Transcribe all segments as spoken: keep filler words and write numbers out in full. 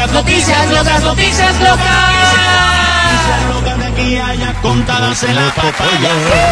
las noticias, las noticias locales. De aquí a allá contadas en la papaya.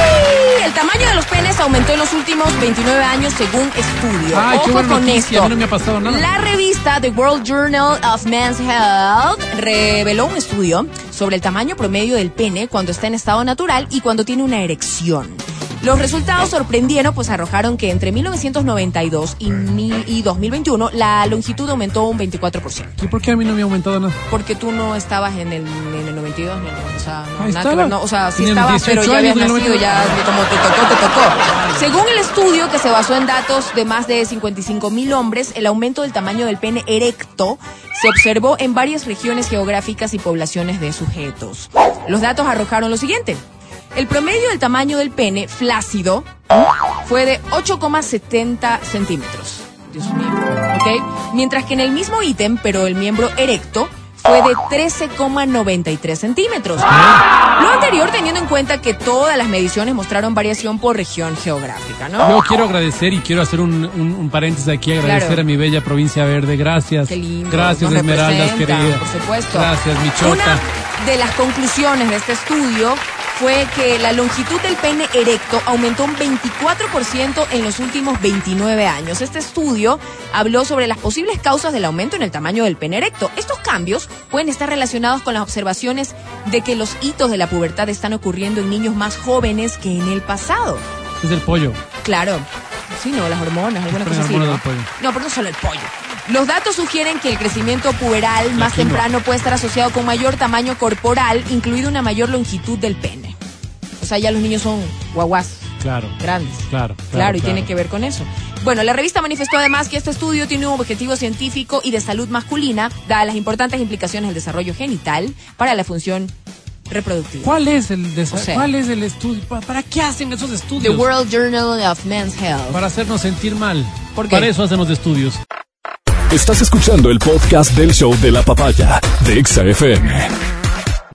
El tamaño de los penes aumentó en los últimos veintinueve años según estudio. Ay, Ojo qué buena con noticia, esto. a mí no me ha pasado nada. La revista The World Journal of Men's Health reveló un estudio sobre el tamaño promedio del pene cuando está en estado natural y cuando tiene una erección. Los resultados sorprendieron, pues arrojaron que entre mil novecientos noventa y dos y, mil, y dos mil veintiuno la longitud aumentó un veinticuatro por ciento. ¿Y por qué a mí no me ha aumentado nada? Porque tú no estabas en el, en el noventa y dos, ni en el, o sea, no, Ahí nada que ver, no, o sea, sí Tenía estabas, pero dieciocho ya habías años en el nacido, ya como te tocó, te tocó. Según el estudio, que se basó en datos de más de cincuenta y cinco mil hombres, el aumento del tamaño del pene erecto se observó en varias regiones geográficas y poblaciones de sujetos. Los datos arrojaron lo siguiente. El promedio del tamaño del pene flácido fue de ocho coma setenta centímetros. Dios mío. ¿Ok? Mientras que en el mismo ítem, pero el miembro erecto, fue de trece coma noventa y tres centímetros. Lo anterior teniendo en cuenta que todas las mediciones mostraron variación por región geográfica, ¿no? Yo quiero agradecer y quiero hacer un, un, un paréntesis aquí, agradecer Claro. a mi bella provincia verde. Gracias. Qué lindo. Gracias, Nos Esmeraldas, representan, querida. por supuesto. Gracias, mi chota. Una de las conclusiones de este estudio fue que la longitud del pene erecto aumentó un veinticuatro por ciento en los últimos veintinueve años. Este estudio habló sobre las posibles causas del aumento en el tamaño del pene erecto. Estos cambios pueden estar relacionados con las observaciones de que los hitos de la pubertad están ocurriendo en niños más jóvenes que en el pasado. Es el pollo. Claro. Sí, no, las hormonas, alguna cosa así, hormonas ¿no? del pollo. No, pero no solo el pollo. Los datos sugieren que el crecimiento puberal más quinoa. temprano puede estar asociado con mayor tamaño corporal, incluido una mayor longitud del pene. O sea, ya los niños son guaguas Claro. grandes. Claro. Claro, Claro, y claro. tiene que ver con eso. Bueno, la revista manifestó además que este estudio tiene un objetivo científico y de salud masculina, dadas las importantes implicaciones del desarrollo genital para la función reproductiva. ¿Cuál es el desa- O sea, ¿Cuál es el estudio? ¿Pa- ¿Para qué hacen esos The estudios? World Journal of Men's Health. Para hacernos sentir mal. ¿Por qué? Para eso hacen los estudios. Estás escuchando el podcast del show de la papaya de Exa F M.